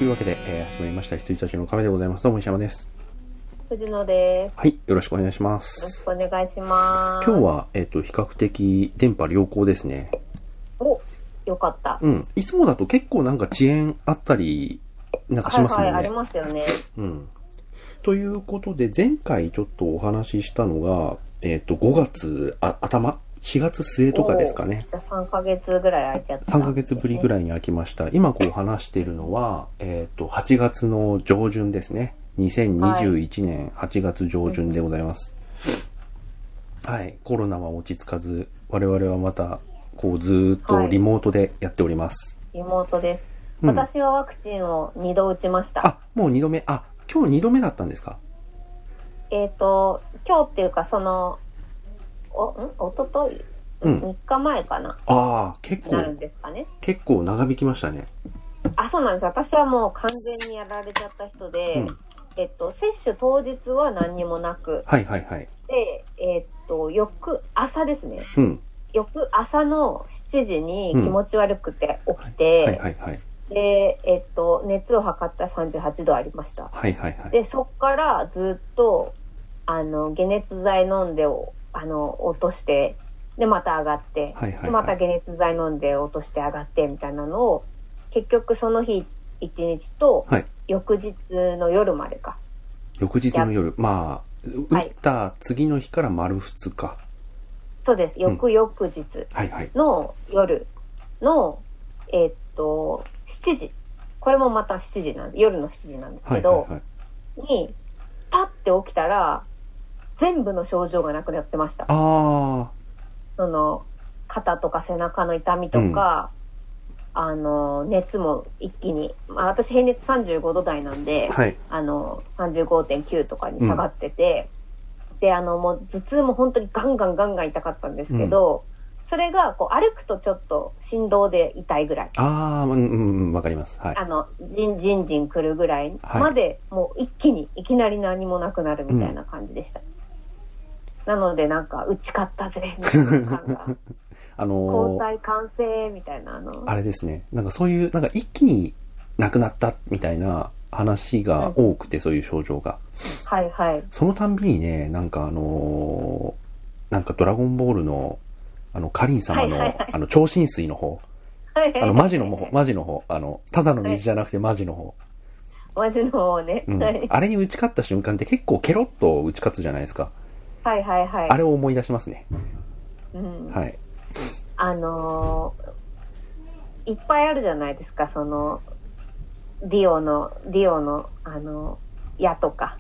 というわけで、始まりました羊たちのカフェでございます。どうも石山です。 藤野です。 はい、よろしくお願いします。 よろしくお願いします。 今日は、比較的電波良好ですね。 お、よかった。 うん。いつもだと結構なんか遅延あったり、なんかしますもんね。 はいはい、ありますよね。 うん。ということで、前回ちょっとお話ししたのが、5月頭4月末とかですかね。 じゃあ3ヶ月ぐらい空いちゃった、 3ヶ月ぶりぐらいに空きました。今こう話しているのは、8月の上旬ですね。2021年8月上旬でございます。はい。コロナは落ち着かず、我々はまた、こうずーっとリモートでやっております。 リモートです。私はワクチンを2度打ちました。 あ、もう2度目。あ、今日2度目だったんですか？ 今日っていうかおととい、3日前かな。 ああ、結構。 なるんですかね。 結構長引きましたね。あ、 そうなんです。私はもう完全にやられちゃった人で、接種当日は何にもなく。 はいはいはい。 で、翌朝ですね。翌朝の7時に気持ち悪くて起きて、 はいはいはい。で、 熱を測ったら38度ありました。 はいはいはい。 で、そっからずっと、解熱剤飲んで落として、で、また上がって、で、また解熱剤飲んで落として上がってみたいなのを、結局その日1日と、翌日の夜までか。 翌日の夜。まあ、打った次の日から丸2日。 そうです。翌々日の夜の、7時。これもまた7時夜の7時なんですけど、に、パッて起きたら、全部の症状がなくなってました。肩とか背中の痛みとか、熱も一気に、私平熱35度台なんで、35.9 とかに下がってて、で、もう頭痛も本当にガンガン痛かったんですけど、それがこう歩くとちょっと振動で痛いぐらい。 わかります。はい。 じんじん来るぐらいまで、もういきなり何もなくなるみたいな感じでした。なのでなんか打ち勝ったぜみたいな感が。抗体完成みたいなあれですね。なんかそういうなんか一気になくなったみたいな話が多くて、そういう症状が。 はいはい。 そのたんびにね、なんかなんかドラゴンボールのカリン様の超新水の方。マジの方。ただの水じゃなくてマジの方。 マジの方ね。 あれに打ち勝った瞬間って結構ケロッと打ち勝つじゃないですか。 はいはいはい。 あれを思い出しますね。はい。 いっぱいあるじゃないですか、その、ディオの、矢とか。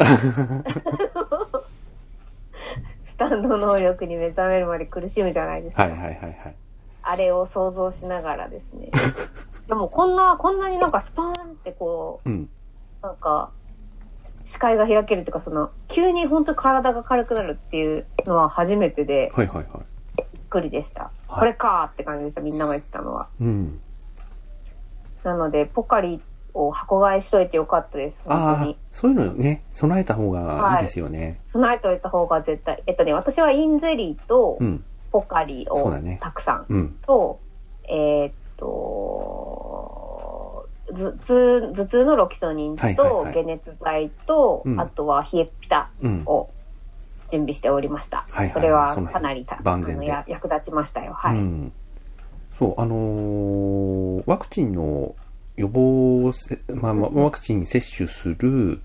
スタンド能力に目覚めるまで苦しむじゃないですか。あれを想像しながらですね。でもこんなになんかスパーンってこう、なんか、視界が開けるっていうか、急に本当に体が軽くなるっていうのは初めてで、びっくりでした。これかーって感じでした、みんなが言ってたのは。なので、ポカリを箱買いしといてよかったです、本当に。 そういうのね、備えた方がいいですよね。 備えておいた方が絶対。私はインゼリーと、ポカリをたくさん。と、頭痛のロキソニンと解熱剤と、あとは冷えピタを準備しておりました。それはかなり役立ちましたよ。はい。 そう、ワクチンの予防、ワクチン接種する、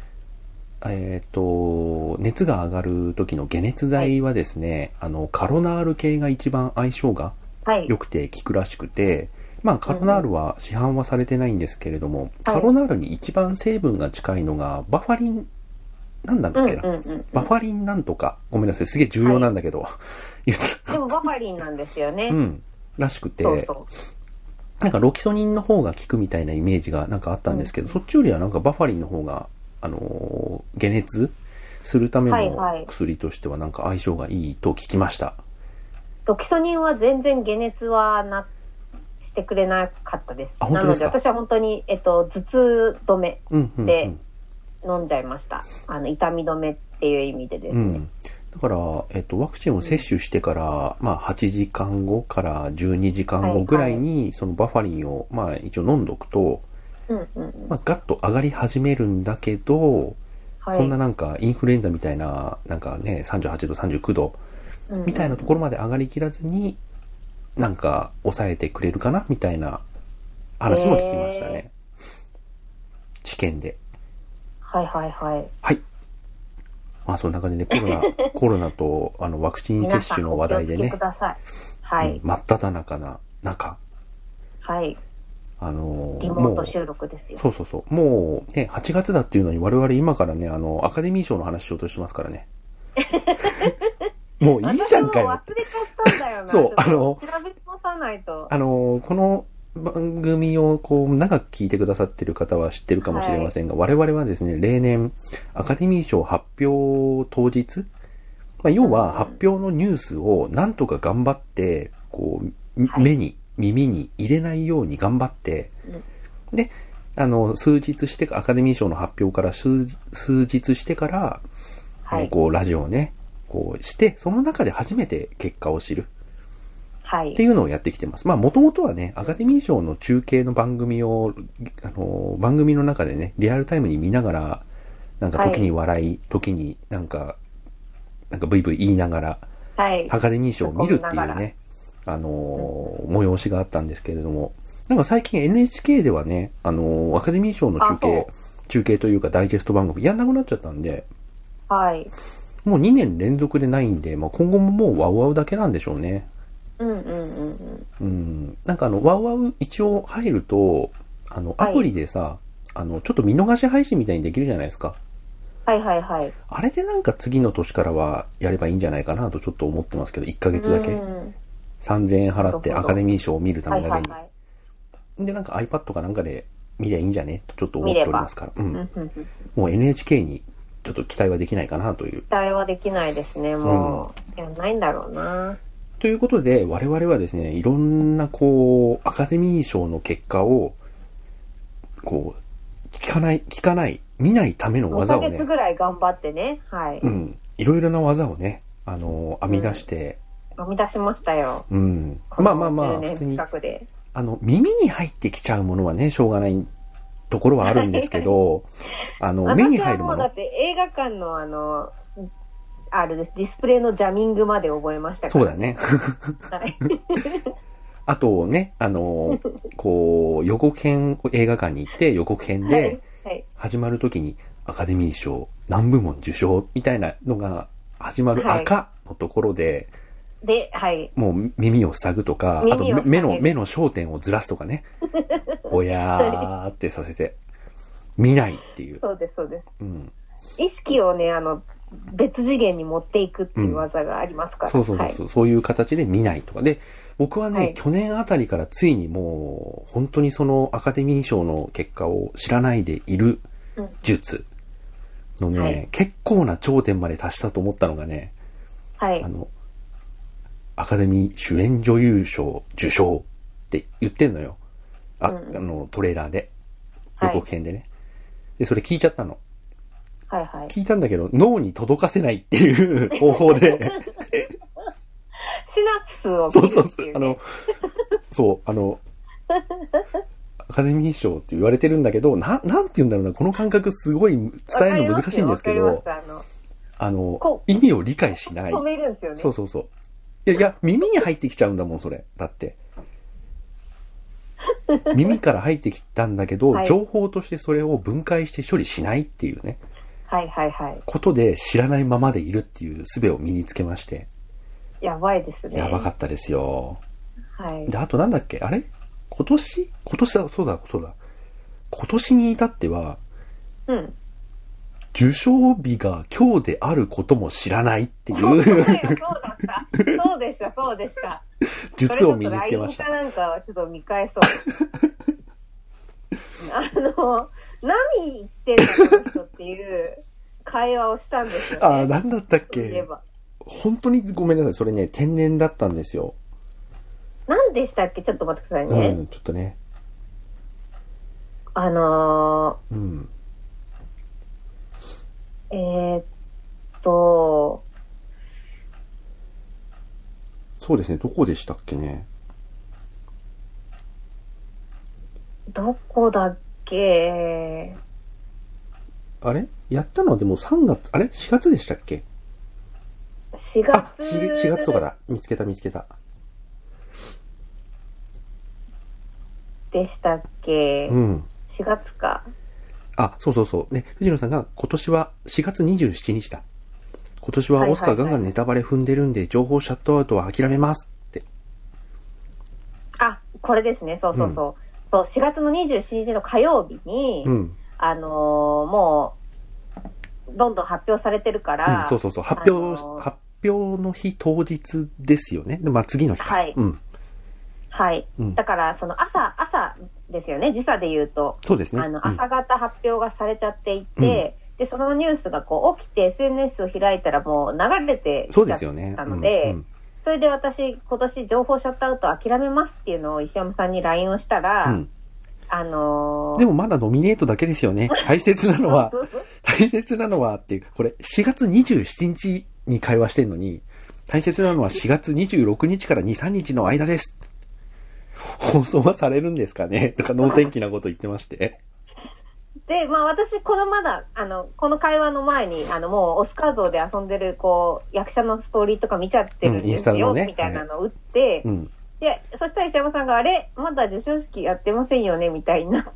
熱が上がる時の解熱剤はですね、カロナール系が一番相性が良くて効くらしくて、カロナールは市販はされてないんですけれども、カロナールに一番成分が近いのがバファリン、なんだっけな、バファリンなんとか、ごめんなさい、すげえ重要なんだけど、 でもバファリンなんですよね。 らしくて、なんかロキソニンの方が効くみたいなイメージがなんかあったんですけど、そっちよりはなんかバファリンの方が、解熱するための薬としてはなんか相性がいいと聞きました。 ロキソニンは全然解熱はしてくれなかったです。なので私は本当に、頭痛止めで飲んじゃいました。痛み止めっていう意味でですね。 だから、ワクチンを接種してから、8時間後から12時間後ぐらいに、そのバファリンを、一応飲んどくと、 まあ、ガッと上がり始めるんだけど、そんななんかインフルエンザみたいな、なんかね、38度、39度みたいなところまで上がりきらずに、なんか抑えてくれるかなみたいな話も聞きましたね。試験で。 はいはいはい。 はい。まあそんな感じでコロナとワクチン接種の話題でね。 皆さんお気をつけください。はい。 真っ只中な中。 はい。リモート収録ですよ。 そう。もうね、8月だっていうのに我々今からね、アカデミー賞の話しようとしてますからね。もういいじゃんかよ。 忘れちゃったんだよな。そう、調べ直さないと。 この番組をこう長く聞いてくださってる方は知ってるかもしれませんが、我々はですね、例年、アカデミー賞発表当日、まあ、要は発表のニュースをなんとか頑張って、こう、目に、耳に入れないように頑張って、で、数日して、アカデミー賞の発表から数日してから、こう、ラジオをね、こうして、その中で初めて結果を知る。っていうのをやってきてます。まあ、もともとはね、アカデミー賞の中継の番組を、番組の中でね、リアルタイムに見ながら、なんか時に笑い、時になんかブイブイ言いながら、アカデミー賞を見るっていうね、催しがあったんですけれども、なんか最近 NHK ではね、アカデミー賞の中継というかダイジェスト番組やんなくなっちゃったんで、もう2年連続でないんで、まあ、今後ももうワウワウだけなんでしょうね。なんかワウワウ一応入ると、アプリでさ、ちょっと見逃し配信みたいにできるじゃないですか。あれでなんか次の年からはやればいいんじゃないかなとちょっと思ってますけど、1ヶ月だけ。3000円払ってアカデミー賞を見るためだけに。で、なんか iPad かなんかで見りゃいいんじゃねとちょっと思っておりますから。もう NHK にちょっと期待はできないかなという。 期待はできないですね、もう。やんないんだろうな。 ということで、我々はですね、いろんなこう、アカデミー賞の結果を、こう、聞かない、見ないための技をね。 5ヶ月ぐらい頑張ってね。 いろいろな技をね、編み出して。 編み出しましたよ。 まあ、普通に。耳に入ってきちゃうものはね、しょうがないところはあるんですけど、目に入るもの。 私はもうだって映画館のあれです。ディスプレイのジャミングまで覚えましたから。 そうだね。あとね、こう、予告編、映画館に行って予告編で、始まるときにアカデミー賞何部門受賞みたいなのが始まる赤のところで、もう耳を塞ぐとか、あと目の焦点をずらすとかね、ぼやーってさせて、見ないっていう。 そうです。意識をね、別次元に持っていくっていう技がありますから。 そういう形で見ないとか。で、僕はね、去年あたりからついにもう、本当にそのアカデミー賞の結果を知らないでいる術のね、結構な頂点まで達したと思ったのがね、アカデミー主演女優賞受賞って言ってんのよ。トレーラーで。予告編でね。で、それ聞いちゃったの。聞いたんだけど、脳に届かせないっていう方法で。 シナプスを見るっていう、ね。 アカデミー賞って言われてるんだけど、なんて言うんだろうな、この感覚すごい伝えるの難しいんですけど、意味を理解しない。 止めるんですよね。 そう。いや、耳に入ってきちゃうんだもん、それ。だって。耳から入ってきたんだけど、情報としてそれを分解して処理しないっていうね。ことで知らないままでいるっていう術を身につけまして。 やばいですね。 やばかったですよ。で、あとなんだっけあれ今年だ、そうだ。今年に至っては、受賞日が今日であることも知らないっていう。 そうだった。そうでした。 術を身につけました。 それちょっと LINE かなんかちょっと見返そう。何言ってんだこの人っていう会話をしたんですよね。 なんだったっけ本当にごめんなさい。それね、天然だったんですよ。 何でしたっけちょっと待ってくださいね。 ちょっとね。そうですね。どこでしたっけね。 どこだっけ？ あれやったのはでも3月、あれ ?4 月でしたっけ？ 4 月。あ、 4月とかだ。見つけた。 でしたっけ？ うん。 4月か。 あ、そう。ね、藤野さんが今年は4月27日だ。今年はオスカーガンガンネタバレ踏んでるんで、情報シャットアウトは諦めますって。 あ、これですね。そう。そう、4月の27日の火曜日に、もう、どんどん発表されてるから。 そう。発表の日当日ですよね。まあ、次の日か。 はい。はい。だから、朝ですよね。時差で言うと。 そうですね。 朝方発表がされちゃっていて、で、そのニュースがこう起きて SNS を開いたらもう流れてきちゃったので、それで私、今年情報シャットアウト諦めますっていうのを石山さんに LINE をしたら、でもまだノミネートだけですよね。大切なのはっていう、これ4月27日に会話してんのに、大切なのは4月26日から2、3日の間です。放送はされるんですかねとか、能天気なこと言ってまして。 で、まあ私、この会話の前に、もうオスカー像で遊んでる、こう、役者のストーリーとか見ちゃってるんですよ、みたいなのを打って、で、そしたら石山さんが、あれまだ授賞式やってませんよねみたいになって、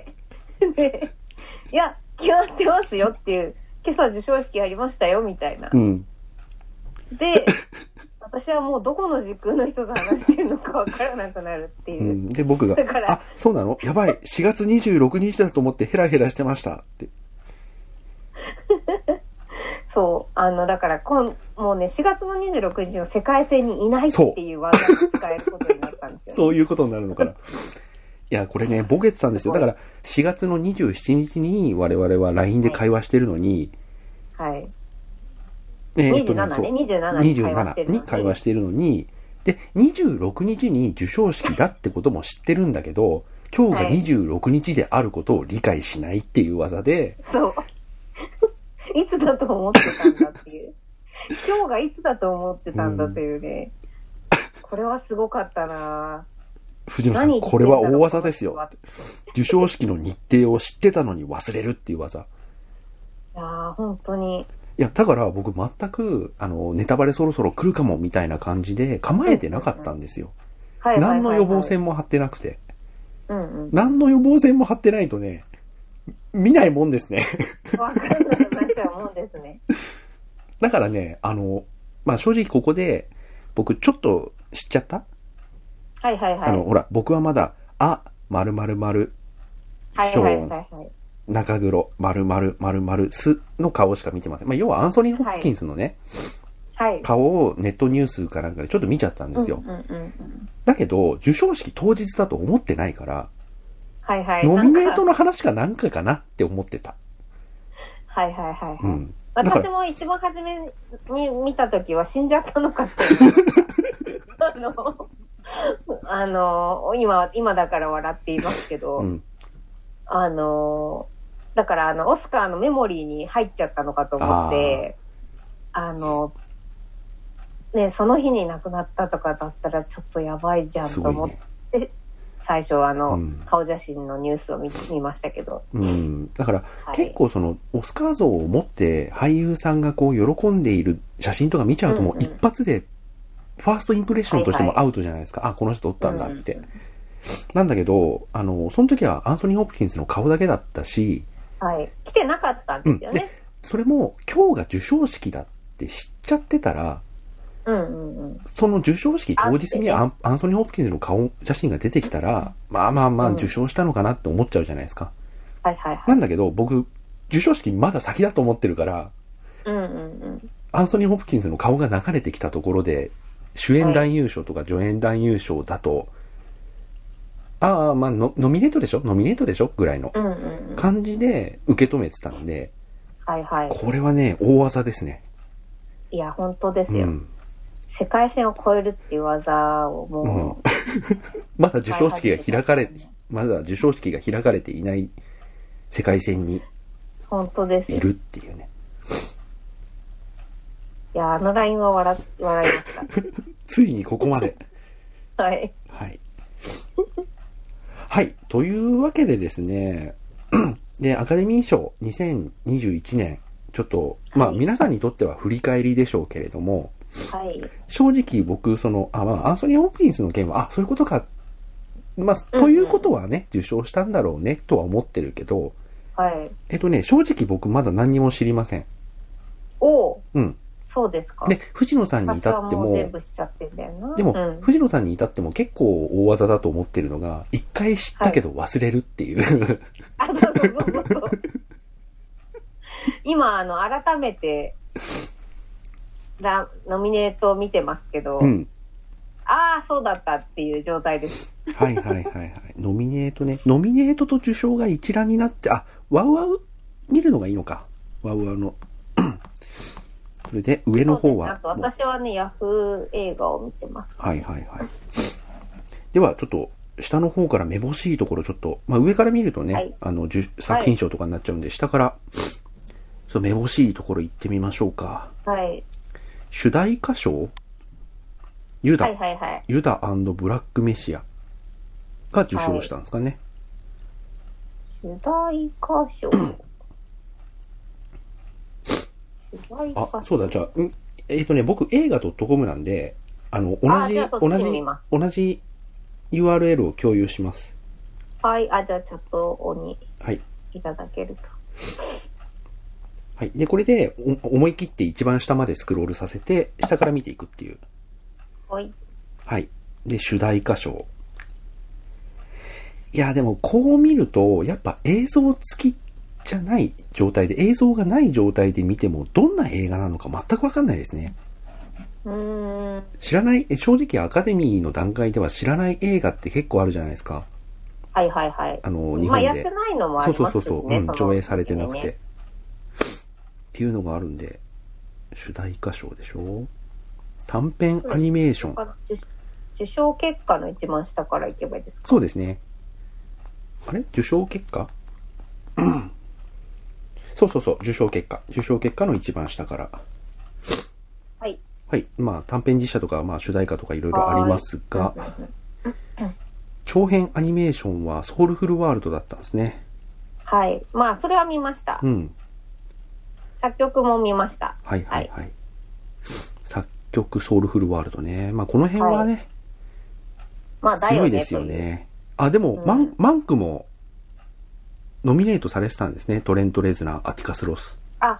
で、いや、決まってますよっていう、今朝授賞式やりましたよ、みたいな。で、私はもうどこの時空の人と話してるのかわからなくなるっていう。 で、僕が、あ、そうなの？やばい、4月26日だと思ってヘラヘラしてましたって。 そう、だからもうね、4月の26日の世界戦にいないっていう技を使えることになったんですよ。 そういうことになるのかな。いや、これね、ボケてたんですよ。だから、4月の27日に我々は LINE で会話してるのに、 はい。27 に会話しているのに、で、26日に授賞式だってことも知ってるんだけど、今日が26日であることを理解しないっていう技で、 そう。いつだと思ってたんだっていう。今日がいつだと思ってたんだというね。これはすごかったな藤野さん、これは大技ですよ。授賞式の日程を知ってたのに忘れるっていう技。 いやー、本当に。 いや、だから僕全く、ネタバレそろそろ来るかもみたいな感じで構えてなかったんですよ。何の予防線も張ってなくて。何の予防線も張ってないとね、見ないもんですね。 わかんなくなっちゃうもんですね。 だからね、まあ、正直ここで、僕ちょっと知っちゃった？ほら、僕はまだ、〇〇〇、ショーン、中黒、〇〇〇〇スの顔しか見てません。まあ、要はアンソニー・ホプキンスのね、顔をネットニュースかなんかでちょっと見ちゃったんですよ。だけど、授賞式当日だと思ってないから、ノミネートの話かなんかかなって思ってた。 私も一番初めに見たときは死んじゃったのかって。今だから笑っていますけど、だからオスカーのメモリーに入っちゃったのかと思って、ね、その日に亡くなったとかだったらちょっとやばいじゃんと思って、最初顔写真のニュースを見ましたけど。だから、結構オスカー像を持って俳優さんがこう喜んでいる写真とか見ちゃうともう一発で、ファーストインプレッションとしてもアウトじゃないですか。この人おったんだって。なんだけど、その時はアンソニー・ホプキンスの顔だけだったし、来てなかったんですよね。それも今日が授賞式だって知っちゃってたら、その授賞式当日にアンソニー・ホプキンスの顔写真が出てきたら、まあ受賞したのかなって思っちゃうじゃないですか。なんだけど僕、授賞式まだ先だと思ってるから、アンソニー・ホプキンスの顔が流れてきたところで、主演男優賞とか助演男優賞だと、まあノミネートでしょぐらいの感じで受け止めてたんで、これはね、大技ですね。いや、本当ですよ。世界線を超えるっていう技をもう、まだ授賞式が開かれていない世界線にいるっていうね。いや、ラインは笑いました。ついにここまで。はい。というわけでですね、 で、アカデミー賞2021年、ちょっと、まあ皆さんにとっては振り返りでしょうけれども、 はい。 正直僕、アンソニー・ホプキンスの件は、そういうことか、まあ、ということはね、受賞したんだろうね、とは思ってるけど、 はい。 正直僕まだ何にも知りません。 うん。そうですか。 で、藤野さんに至っても、 全部しちゃってんだよな。 でも、藤野さんに至っても結構大技だと思ってるのが、一回知ったけど忘れるっていう。そう。 今、改めて、ノミネートを見てますけど、そうだったっていう状態です。 はい。ノミネートね。ノミネートと受賞が一覧になって、ワウワウ見るのがいいのか。ワウワウの。それで、上の方は。 あと私はね、ヤフー映画を見てます。 はい。では、ちょっと、下の方からめぼしいところちょっと、まあ上から見るとね、作品賞とかになっちゃうんで、下から、めぼしいところ行ってみましょうか。 はい。 主題歌賞ユダ、ユダ&ブラックメシアが受賞したんですかね。 主題歌賞そうだ、じゃあ、僕映画 .com なんで、同じ URL を共有します。 はい、じゃあチャットにいただけると。 はい。で、これで思い切って一番下までスクロールさせて、下から見ていくっていう。 はい。 はい。で、主題歌賞。いや、でもこう見ると、やっぱ映像付きじゃない状態で、映像がない状態で見ても、どんな映画なのか全くわかんないですね。知らない、正直アカデミーの段階では知らない映画って結構あるじゃないですか。 はい。 日本で。 やってないのもありますしね。 上映されてなくて。っていうのがあるんで、主題歌賞でしょ？短編アニメーション。 受賞結果の一番下からいけばいいですか？ そうですね。あれ？受賞結果？そう。受賞結果の一番下から。 はい。 はい。まあ、短編実写とか、まあ、主題歌とかいろいろありますが、長編アニメーションはソウルフルワールドだったんですね。 はい。まあ、それは見ました。作曲も見ました。 はい。作曲ソウルフルワールドね。まあ、この辺はね、強いですよね。でも、マンクもノミネートされてたんですね。トレント・レズナー、アティカス・ロス。 はい。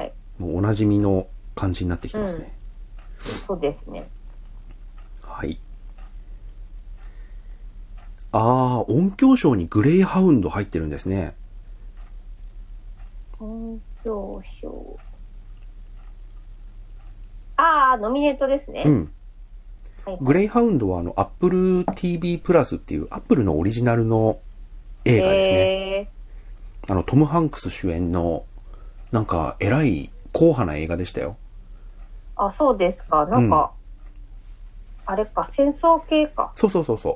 もうおなじみの感じになってきてますね。 そうですね。 はい。音響賞にグレイハウンド入ってるんですね。 音響賞。ノミネートですね。 グレイハウンドはApple TV プラスっていうAppleのオリジナルの映画ですね。トム・ハンクス主演の、なんか、えらい硬派な映画でしたよ。 そうですか。なんか、あれか、戦争系か。 そう。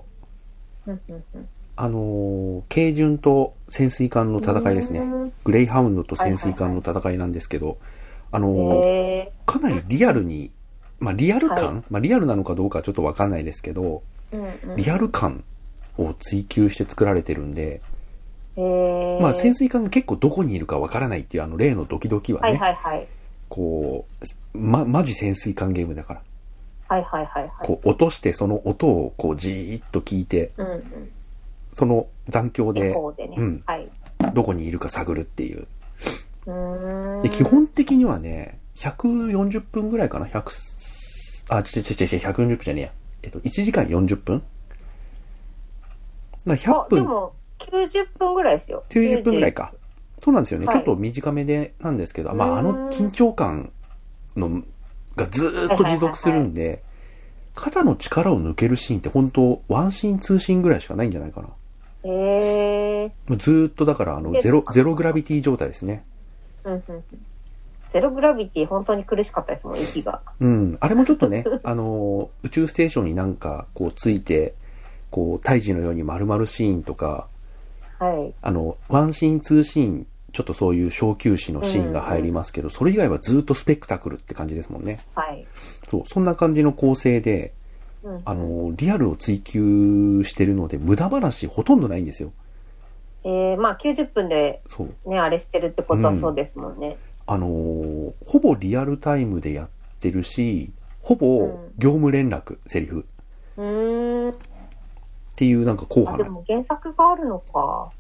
軽巡と潜水艦の戦いですね。グレイハウンドと潜水艦の戦いなんですけど、かなりリアルに、リアル感、リアルなのかどうかはちょっとわかんないですけど、リアル感を追求して作られてるんで、潜水艦が結構どこにいるかわからないっていう例のドキドキはね、こう、マジ潜水艦ゲームだから。こう落としてその音をこうじーっと聞いて、その残響で、どこにいるか探るっていう。で基本的にはね、140分ぐらいかな、140分じゃねえや。1時間40分100分。 でも、90分ぐらいですよ。 90分ぐらいか。そうなんですよね。ちょっと短めでなんですけど、緊張感のがずーっと持続するんで、肩の力を抜けるシーンって本当ワンシーン、ツーシーンぐらいしかないんじゃないかな。ずーっとだからゼログラビティ状態ですね。 ゼログラビティ本当に苦しかったですもん、息が。 あれもちょっとね、宇宙ステーションになんかこうついて、こう胎児のように丸々シーンとか、ワンシーン、ツーシーン、ちょっとそういう小休止のシーンが入りますけど、それ以外はずっとスペクタクルって感じですもんね。そんな感じの構成で、リアルを追求してるので、無駄話ほとんどないんですよ。 まあ90分でね、あれしてるってことはそうですもんね。 ほぼリアルタイムでやってるし、ほぼ業務連絡、セリフ。っていうなんか硬派な。 でも原作があるのか。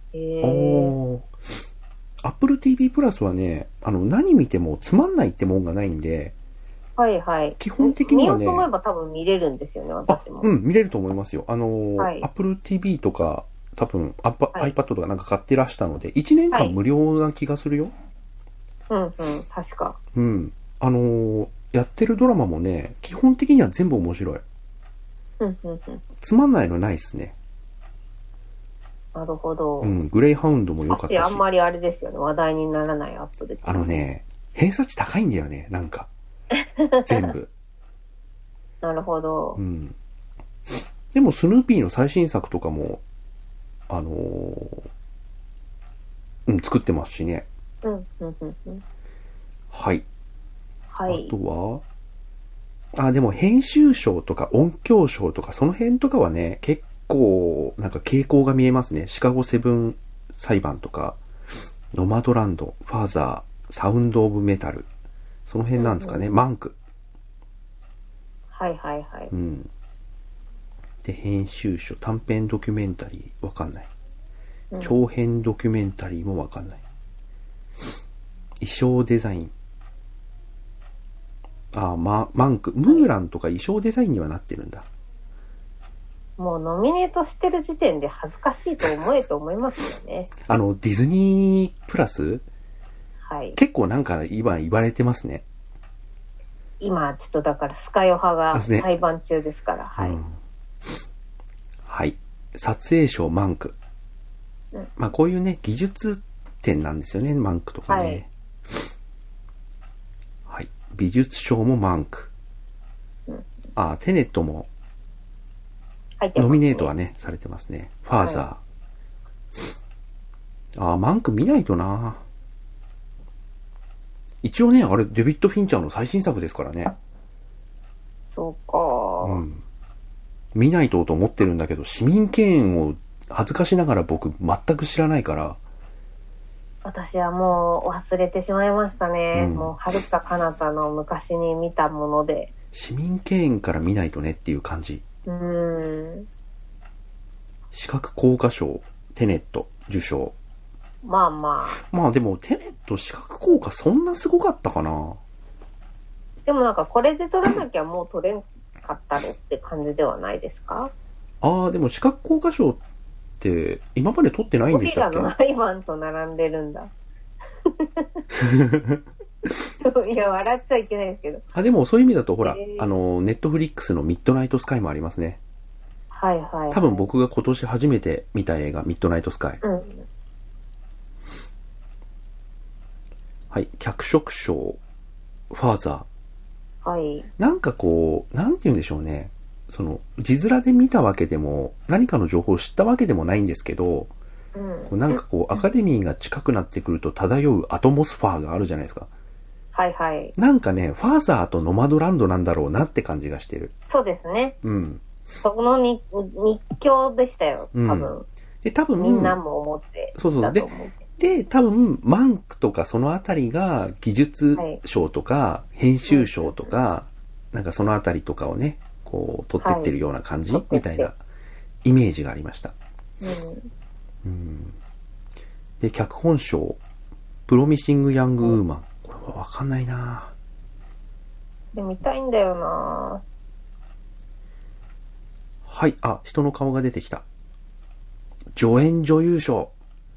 Apple TV プラスはね、何見てもつまんないってもんがないんで、 はいはい。 基本的にはね。 見ようと思えば多分見れるんですよね、私も。 見れると思いますよ。Apple TV とか、多分、iPad とかなんか買ってらしたので、1年間無料な気がするよ。 確か。 やってるドラマもね、基本的には全部面白い。つまんないのないっすね。 なるほど。 グレイハウンドも良かったし。 あんまりあれですよね、話題にならないアップル。 偏差値高いんだよね、なんか。全部。 なるほど。 でも、スヌーピーの最新作とかも、作ってますしね。はい。あとは、でも編集賞とか音響賞とかその辺とかはね、結構なんか傾向が見えますね。シカゴセブン裁判とか、ノマドランド、ファーザー、サウンドオブメタル。その辺なんですかね。マンク。で、編集賞、短編ドキュメンタリー、わかんない。長編ドキュメンタリーもわかんない。衣装デザイン。マンク。ムーランとか衣装デザインにはなってるんだ。 もうノミネートしてる時点で恥ずかしいと思えと思いますよね。 ディズニープラス、結構なんか今言われてますね。 今ちょっとだからスカヨ派が裁判中ですから。 撮影賞マンク。まあこういうね、技術点なんですよね、マンクとかね。美術賞もマンク。テネットもノミネートはね、されてますね。ファーザー。マンク見ないとな。一応ね、あれ、デビッド・フィンチャーの最新作ですからね。 そうか。 見ないと思ってるんだけど、市民権を恥ずかしながら僕全く知らないから。 私はもう忘れてしまいましたね。もう、遥か彼方の昔に見たもので。 市民権から見ないとねっていう感じ。視覚効果賞、テネット、受賞。 まあでも、テネット視覚効果そんなすごかったかな。 でもなんかこれで取らなきゃもう取れんかったろって感じではないですか？ でも視覚効果賞って今まで取ってないんでしたっけ？ ゴリラのアイマンと並んでるんだ。いや、笑っちゃいけないですけど。 でもそういう意味だとほら、ネットフリックスのミッドナイトスカイもありますね。多分僕が今年初めて見た映画、ミッドナイトスカイ。脚色賞、ファーザー。なんかこう、なんて言うんでしょうね。字面で見たわけでも、何かの情報を知ったわけでもないんですけど、なんかこう、アカデミーが近くなってくると漂うアトモスファーがあるじゃないですか。なんかね、ファーザーとノマドランドなんだろうなって感じがしてる。 そうですね。そこの日教でしたよ、多分。 で、多分。 みんなも思って。 で、多分、マンクとかそのあたりが技術賞とか、編集賞とか、なんかそのあたりとかをね、こう、取ってってるような感じ、みたいなイメージがありました。で、脚本賞、プロミシング・ヤング・ウーマン。これはわかんないな。 で、見たいんだよな。 人の顔が出てきた。助演女優賞。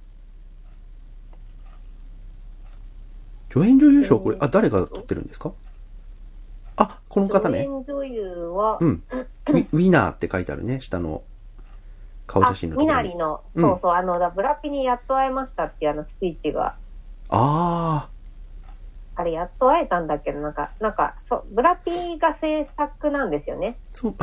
助演女優賞、これ、誰が取ってるんですか？この方ね。 助演女優は、 ウィナーって書いてあるね、下の顔写真のところに。 みなりの、そうそう、ブラピにやっと会えましたっていうスピーチが。あれ、やっと会えたんだけど、ブラピが制作なんですよね。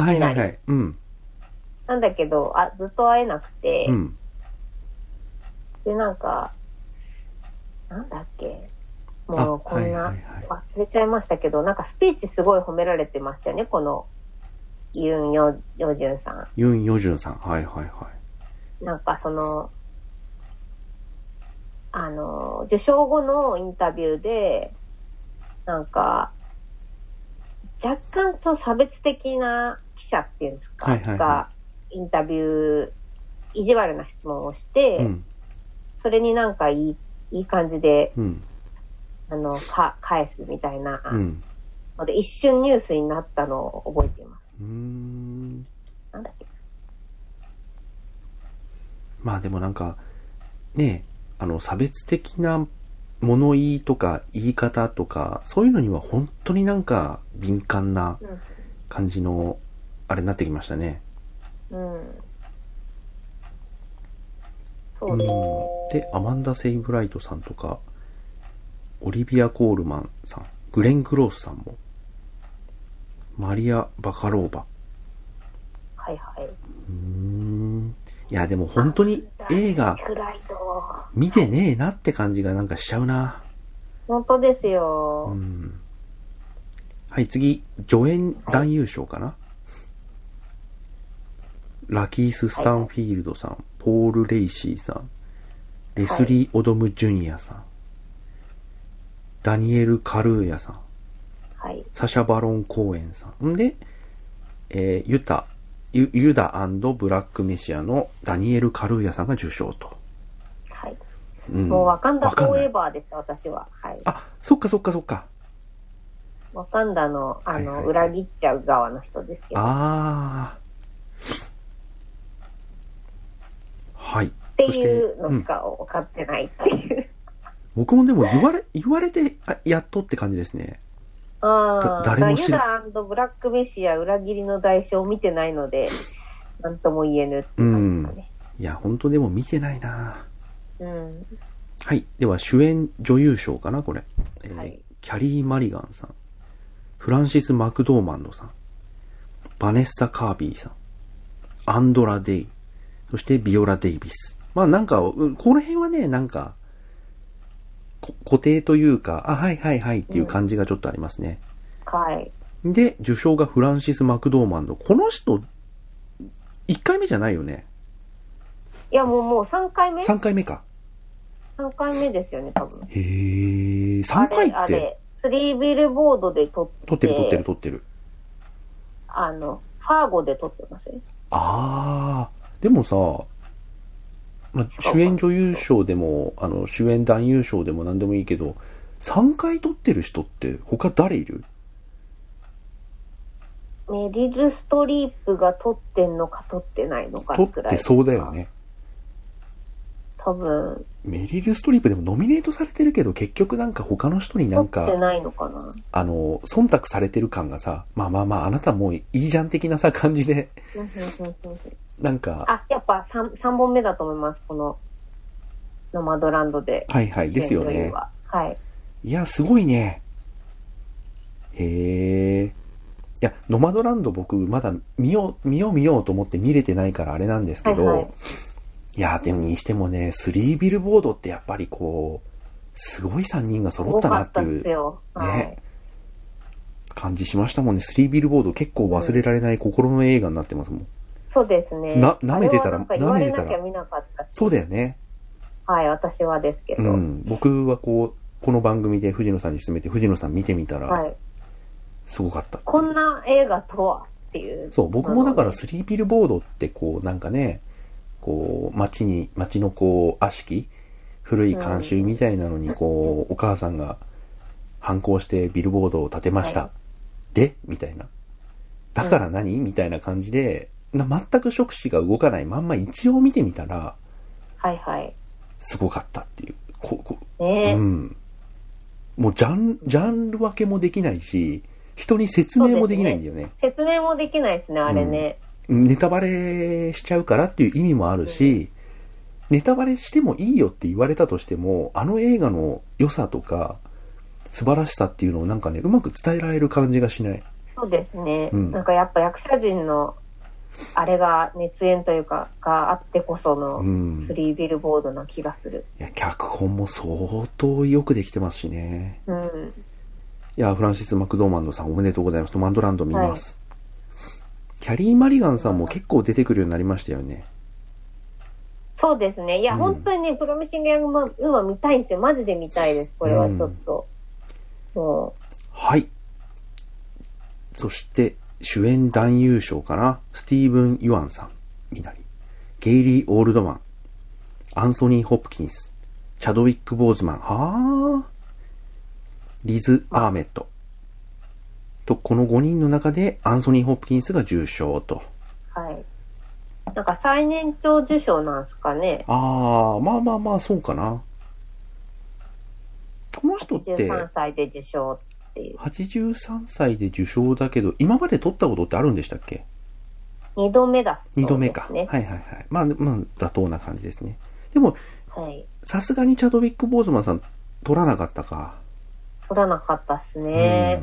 なんだけど、ずっと会えなくて、で、なんだっけ、もうこんな、忘れちゃいましたけど、スピーチすごい褒められてましたよね、この、ユン・ヨジュンさん。 ユン・ヨジュンさん。 受賞後のインタビューで、なんか、若干差別的な記者っていうんですか、が、インタビュー、意地悪な質問をして、それになんかいい感じで、返すみたいな、ので、一瞬ニュースになったのを覚えています。なんだっけ。 まあでもなんか、ね、差別的な物言いとか言い方とか、そういうのには本当になんか敏感な感じの、あれになってきましたね。 そうですね。 で、アマンダ・セイブライトさんとか、オリビア・コールマンさん、グレン・クロースさんも、マリア・バカローバ。 はいはい。 いや、でも本当に映画、見てねえなって感じがなんかしちゃうな。 本当ですよ。 はい、次、助演男優賞かな。ラキース・スタンフィールドさん、ポール・レイシーさん、レスリー・オドム・ジュニアさん、ダニエル・カルーヤさん、サシャ・バロン・コーエンさん。で、ユダ&ブラック・メシアのダニエル・カルーヤさんが受賞と。 はい。もうワカンダ・フォーエバーでした、私は。はい。 あ、そっかそっかそっか。 ワカンダの、裏切っちゃう側の人ですけど。 はい。 っていうのしか分かってないっていう。 僕もでも言われてやっとって感じですね。 誰もユダ&ブラックメシア裏切りの代償を見てないので、なんとも言えぬって感じですかね。 いや、本当でも見てないな。はい。では、主演女優賞かな、これ。キャリー・マリガンさん。フランシス・マクドーマンドさん。バネッサ・カービーさん。アンドラ・デイ。そしてビオラ・デイビス。まあなんか、この辺はね、なんか、固定というか、はいはいはいっていう感じがちょっとありますね。 はい。 で、受賞がフランシス・マクドーマンド。この人、1回目じゃないよね。 いや、もう3回目 ?3 回目か。 3回目ですよね、多分。 へー、3回って。 あれ、3ビルボードで撮って。 撮ってる。 ファーゴで撮ってますね。 でもさ、主演女優賞でも、主演男優賞でも何でもいいけど、3回撮ってる人って他誰いる？ メリル・ストリープが撮ってんのか撮ってないのかくらい。撮ってそうだよね。 多分。 メリル・ストリープでもノミネートされてるけど、結局なんか他の人になんか、 撮ってないのかな。 忖度されてる感がさ、まあ、あなたもういいじゃん的なさ、感じで。なんか。 やっぱ3本目だと思います、この、ノマドランドで。 はいはい、ですよね。 はい。 いや、すごいね。へー。いや、ノマドランド僕まだ見ようと思って見れてないからあれなんですけど、いや、でもにしてもね、3ビルボードってやっぱりこう、すごい3人が揃ったなっていう、ね、感じしましたもんね。3ビルボード結構忘れられない心の映画になってますもん。 そうですね。 舐めてたら、 言われなきゃ見なかったし。 そうだよね。 はい、私はですけど。 僕はこの番組で藤野さんに勧めて、藤野さん見てみたら、すごかった。 こんな映画とはっていう。 そう、僕もだから3ビルボードってこう、なんかね、こう、街のこう、悪しき、古い慣習みたいなのにこう、お母さんが反抗してビルボードを立てました。でみたいな。だから何みたいな感じで、全く触手が動かないまんま一応見てみたら、すごかったっていう。もうジャンル分けもできないし、人に説明もできないんだよね。 説明もできないですね、あれね。 ネタバレしちゃうからっていう意味もあるし、ネタバレしてもいいよって言われたとしても、あの映画の良さとか素晴らしさっていうのをなんかね、うまく伝えられる感じがしない。 そうですね。なんかやっぱ役者陣のあれが熱演というかがあってこその3ビルボードな気がする。 いや、脚本も相当よくできてますしね。いや、フランシス・マクドーマンドさんおめでとうございます。トマンドランド見ます。キャリー・マリガンさんも結構出てくるようになりましたよね。 そうですね。いや、本当にね、プロミシング・ヤング・ウーマン見たいんですよ。マジで見たいです。これはちょっと。もう。 はい。そして、主演男優賞かな。スティーブン・ユアンさん。みなり。ゲイリー・オールドマン。アンソニー・ホプキンス。チャドウィック・ボーズマン。はぁ。リズ・アーメット。と、この5人の中でアンソニー・ホプキンスが受賞と。 はい。なんか最年長受賞なんすかね。 ああ、まあまあまあ、そうかな。この人って。 83歳で受賞っていう。 83歳で受賞だけど、今まで取ったことってあるんでしたっけ ？2度目だそうですね。 2度目か。はいはいはい。まあ、妥当な感じですね。でも、さすがにチャドウィック・ボーズマンさん取らなかったか。 取らなかったっすね。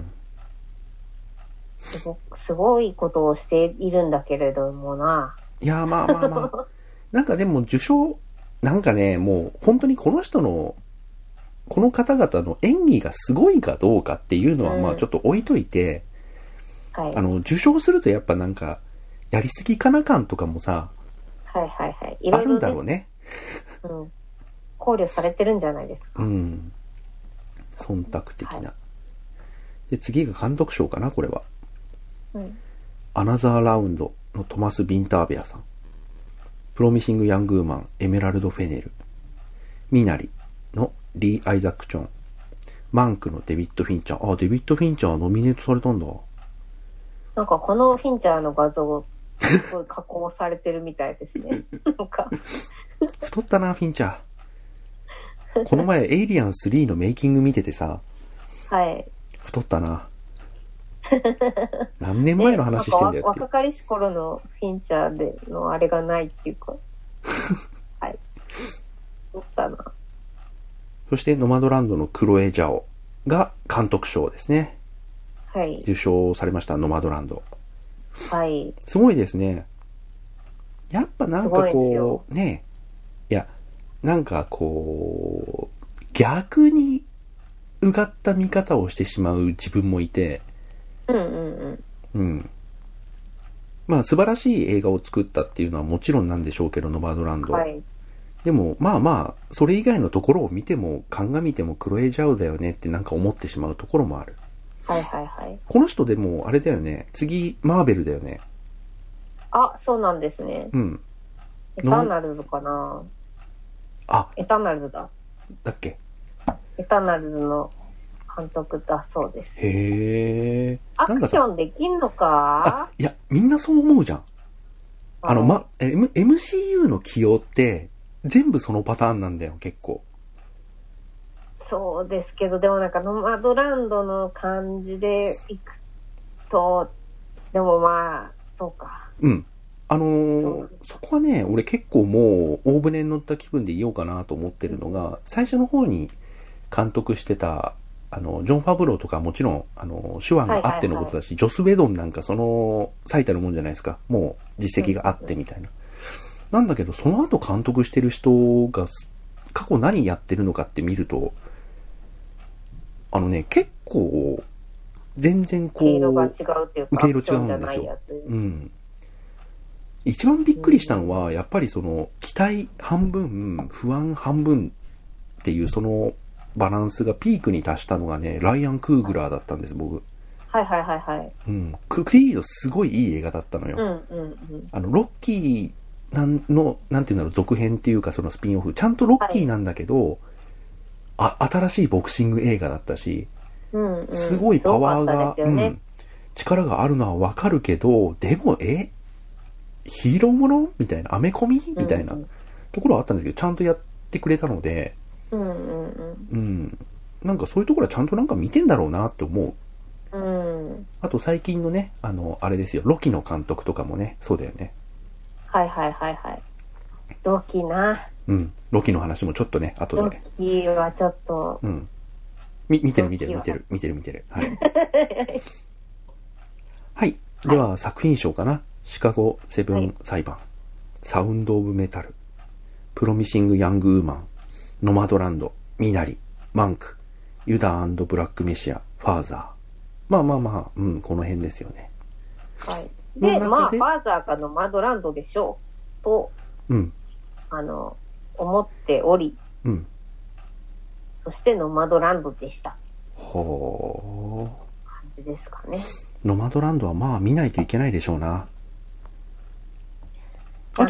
すごいことをしているんだけれどもな。 いや、まあまあまあ。なんかでも受賞、なんかね、もう本当にこの人の、この方々の演技がすごいかどうかっていうのはまあちょっと置いといて、はい、受賞するとやっぱなんか、やりすぎかな感とかもさ、 はいはいはい。いろいろね、 あるんだろうね。 うん。考慮されてるんじゃないですか。 うん。忖度的な。はい、で、次が監督賞かな、これは。うん。アナザーラウンドのトマス・ビンターベアさん。プロミシング・ヤング・ウーマン、エメラルド・フェネル。ミナリのリー・アイザック・チョン。マンクのデビッド・フィンチャー。あ、デビッド・フィンチャーノミネートされたんだ。 なんかこのフィンチャーの画像、すごい加工されてるみたいですね。なんか太ったな、フィンチャー。この前、エイリアン3のメイキング見ててさ。 はい。 太ったな。何年前の話してんだよって。 若かりし頃のフィンチャーでのあれがないっていうか。はい。太ったな。 そしてノマドランドのクロエ・ジャオが監督賞ですね。 はい。 受賞されました、ノマドランド。 はい。 すごいですね。やっぱなんかこう、ね、いや、なんかこう、逆にうがった見方をしてしまう自分もいて、 うんうんうん。 うん。まあ素晴らしい映画を作ったっていうのはもちろんなんでしょうけど、ノマドランド。はい。でも、まあまあ、それ以外のところを見ても、鑑みてもクロエ・ジャオだよねってなんか思ってしまうところもある。 はいはいはい。 この人でも、あれだよね。次、マーベルだよね。 あ、そうなんですね。 うん。 エターナルズかな。 あ。 エターナルズだ。 だっけ？ エターナルズの監督だそうです。 へー。 アクションできんのか？ いや、みんなそう思うじゃん。MCU の起用って、全部そのパターンなんだよ、結構。 そうですけど、でもなんかノマドランドの感じでいくと、でもまあ、そうか。 うん。そこはね、俺結構もう大船に乗った気分でいようかなと思ってるのが、最初の方に監督してた、ジョン・ファブローとかもちろん、手腕があってのことだし、ジョス・ウェドンなんかその、最たるもんじゃないですか。もう実績があってみたいな。なんだけど、その後監督してる人が、過去何やってるのかって見ると、結構、全然こう、 毛色が違うっていうか、 毛色違うんですよ。うん。一番びっくりしたのは、やっぱりその、期待半分、不安半分っていうそのバランスがピークに達したのがね、ライアン・クーグラーだったんです、僕。 はいはいはいはい。 うん。クリードすごいいい映画だったのよ。 うんうんうん。 ロッキーなんていうんだろう、続編っていうかそのスピンオフ、ちゃんとロッキーなんだけど、新しいボクシング映画だったし、 うんうん、 すごいパワーが、力があるのはわかるけど、でも、ヒーローものみたいな、アメコミみたいなところはあったんですけど、ちゃんとやってくれたので、なんかそういうところはちゃんとなんか見てんだろうなって思う。あと最近のね、あれですよ、ロキの監督とかもね、そうだよね。 はいはいはいはい。ロキな。 うん。ロキの話もちょっとね、後で。 ロキはちょっと。 うん。見てる。はい。はい。では、作品賞かな。シカゴセブン裁判。サウンドオブメタル。プロミシングヤングウーマン。ノマドランド。ミナリ。マンク。ユダ&ブラックメシア。ファーザー。まあ、この辺ですよね。 はい。で、まあ、ファーザーかノマドランドでしょう。と。 うん。 思っており、 うん。 そしてノマドランドでした。 ほー。感じですかね。 ノマドランドはまあ見ないといけないでしょうな。 あと、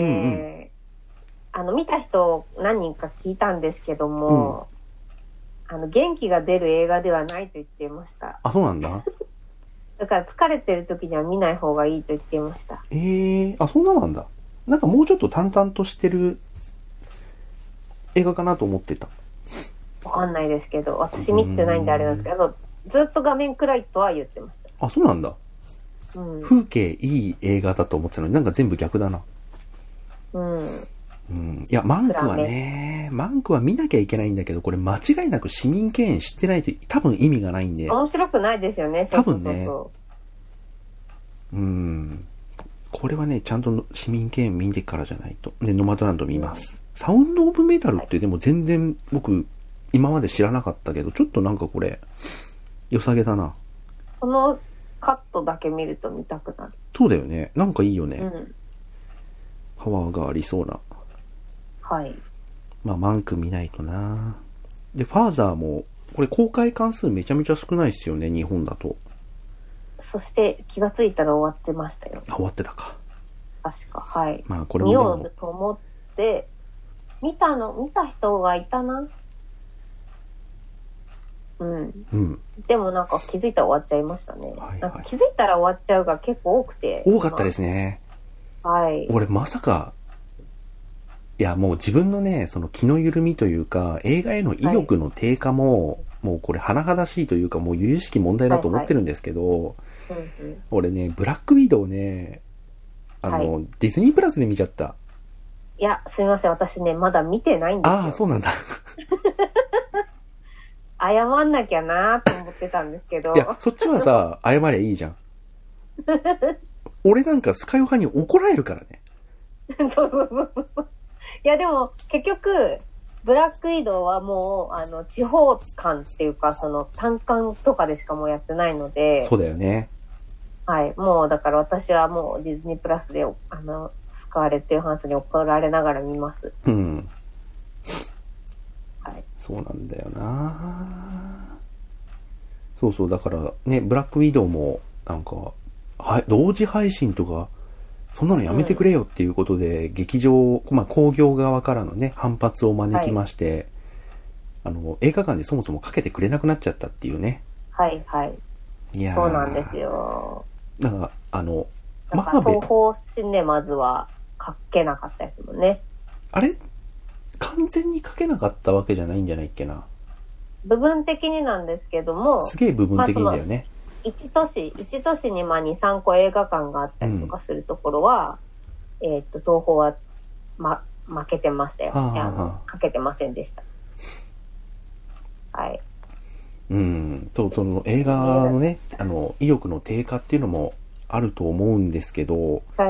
見た人何人か聞いたんですけども、元気が出る映画ではないと言っていました。 あ、そうなんだ。 だから疲れてる時には見ない方がいいと言っていました。 あ、そんななんだ。なんかもうちょっと淡々としてる映画かなと思ってた。 わかんないですけど、私見てないんであれなんですけど、ずっと画面暗いとは言ってました。 あ、そうなんだ。うん、風景いい映画だと思ってたのになんか全部逆だな。うん。いや、マンクはね、マンクは見なきゃいけないんだけど、これ間違いなく市民権益知ってないと多分意味がないんで。 面白くないですよね、 多分ね。これはね、ちゃんと市民権益見てからじゃないと。で、ノマドランド見ます。サウンドオブメタルってでも全然僕、今まで知らなかったけど、ちょっとなんかこれ、良さげだな。 このカットだけ見ると見たくなる。 そうだよね。なんかいいよね。パワーがありそうな。 はい。 まあ、マンク見ないとな。で、ファーザーも、これ公開関数めちゃめちゃ少ないですよね、日本だと。 そして気がついたら終わってましたよ。 あ、終わってたか。 確か、はい。 まあ、これも見ようと思って、見た人がいたな。うん。でもなんか気づいたら終わっちゃいましたね。なんか気づいたら終わっちゃうが結構多くて。 多かったですね。 はい。 俺まさか、いやもう自分のね、その気の緩みというか、映画への意欲の低下も、もうこれ甚だしいというか、もう由々しき問題だと思ってるんですけど、俺ね、ブラックウィドウね、ディズニープラスで見ちゃった。 いや、すみません。私ね、まだ見てないんですよ。 ああ、そうなんだ。 謝んなきゃなと思ってたんですけど。 いや、そっちはさ、謝りゃいいじゃん。俺なんかスカイオ派に怒られるからね。 いや、でも、結局、ブラックウィドウはもう、地方館っていうか、その、単館とかでしかもうやってないので。 そうだよね。 はい。もう、だから私はもうディズニープラスで、スカーレット・ヨハンスに怒られながら見ます。 うん。はい。そうなんだよな。そうそう、だからね、ブラックウィドウも、なんか、同時配信とか、そんなのやめてくれよっていうことで、劇場、まあ興行側からのね、反発を招きまして、映画館でそもそもかけてくれなくなっちゃったっていうね。 はいはい。いやそうなんですよ。 だから、 東宝シネマズはかけなかったですもんね。 あれ完全にかけなかったわけじゃないんじゃないっけな。 部分的になんですけども。 すげえ部分的にだよね。 一都市に2、3個映画館があったりとかするところは、東宝は、負けてましたよ。かけてませんでした。はい。 その映画のね、意欲の低下っていうのもあると思うんですけど、 はい。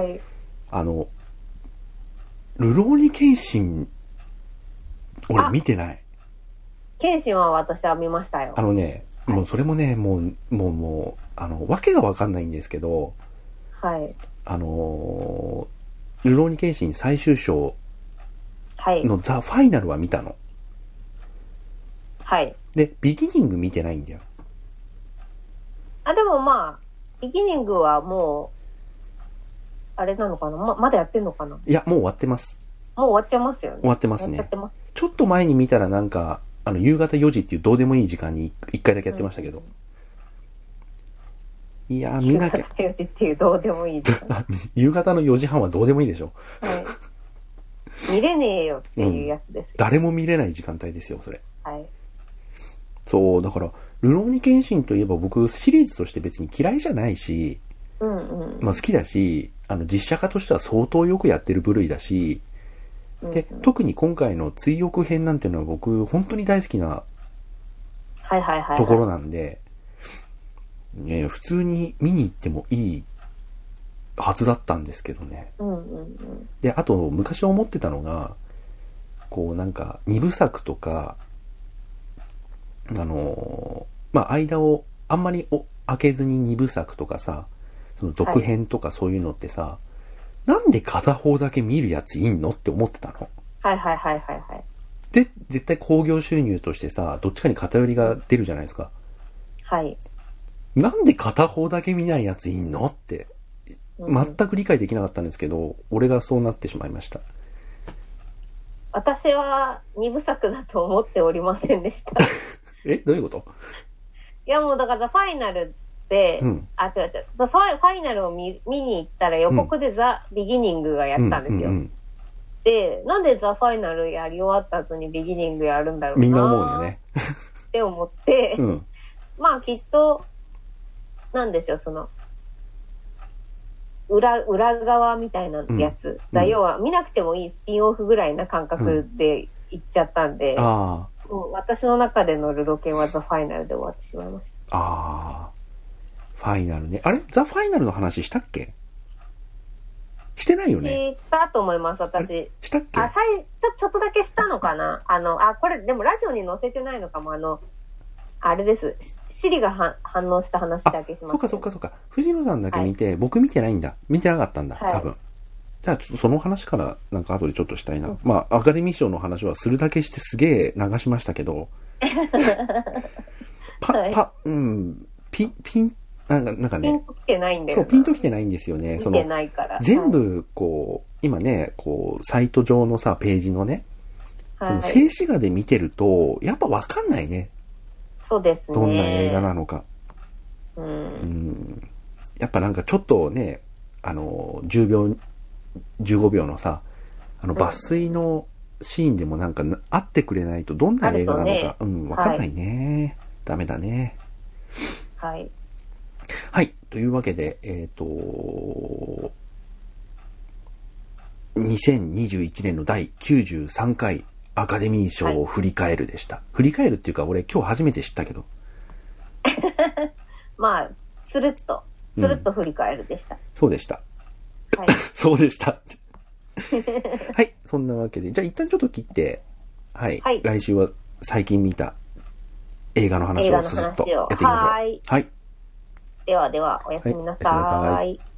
ルローニケンシン、俺見てない。 ケンシンは私は見ましたよ。 もうそれもね、もう、わけがわかんないんですけど、 はい。 ルローニケンシン最終章のザ・ファイナルは見たの。 はい。 で、ビギニング見てないんだよ。 でもまあ、ビギニングはもう、あれなのかな、まだやってんのかな。 いや、もう終わってます。 もう終わっちゃいますよね。 終わってますね。ちょっと前に見たらなんか、夕方4時っていうどうでもいい時間に1回だけやってましたけど。いやー、見なきゃ。 夕方4時っていうどうでもいい時間。 夕方の4時半はどうでもいいでしょ。 はい。見れねえよっていうやつですよ。 誰も見れない時間帯ですよ、それ。 はい。 そう、だから、ルローニケンシンといえば僕シリーズとして別に嫌いじゃないし、まあ好きだし、実写化としては相当よくやってる部類だし、で、特に今回の追憶編なんていうのは僕本当に大好きなところなんで、普通に見に行ってもいいはずだったんですけどね。で、あと昔思ってたのが、こうなんか2部作とか、まあ間をあんまり開けずに2部作とかさ、その続編とかそういうのってさ、 なんで片方だけ見るやついんのって思ってたの。 はいはいはいはいはい。 で、絶対興行収入としてさ、どっちかに偏りが出るじゃないですか。 はい。 なんで片方だけ見ないやついんのって、全く理解できなかったんですけど、俺がそうなってしまいました。 私は2部作だと思っておりませんでした。 どういうこと？ いやもうだからファイナルで、違う違う。ファイナルを見に行ったら予告でザ・ビギニングがやったんですよ。で、なんでザ・ファイナルやり終わった後にビギニングやるんだろうなみんな思うよね。 って思って、まあきっと、なんでしょう、その、裏側みたいなやつ。要は見なくてもいいスピンオフぐらいな感覚で行っちゃったんで、もう私の中でのルロケンはザ・ファイナルで終わってしまいました。 ファイナルね。あれザ・ファイナルの話したっけ？してないよね。 したと思います、私。 したっけ？ ちょっとだけしたのかな。これ、でもラジオに載せてないのかも。あれです。シリが反応した話だけします、 ね。そうか。藤野さんだけ見て、僕見てないんだ。見てなかったんだ、多分。じゃあ、ちょっとその話から、なんか後でちょっとしたいな。まあ、アカデミー賞の話はするだけしてすげえ流しましたけど。なんかね。 ピンときてないんだよ。 そう、ピンときてないんですよね。 見てないから。 全部、こう、今ね、こう、サイト上のさ、ページのね、静止画で見てると、やっぱわかんないね。 そうですね。 どんな映画なのか。やっぱなんかちょっとね、10秒、15秒のさ、抜粋のシーンでもなんか会ってくれないとどんな映画なのか、わかんないね。ダメだね。 はい。 はい。というわけで、2021年の第93回アカデミー賞を振り返るでした。振り返るっていうか、俺今日初めて知ったけど。 まあ、つるっと振り返るでした。 そうでした。はい。そうでした。はい。そんなわけで、じゃあ一旦ちょっと切って、はい。来週は最近見た映画の話をずっとやっていきましょう。はい。 ではでは、おやすみなさい。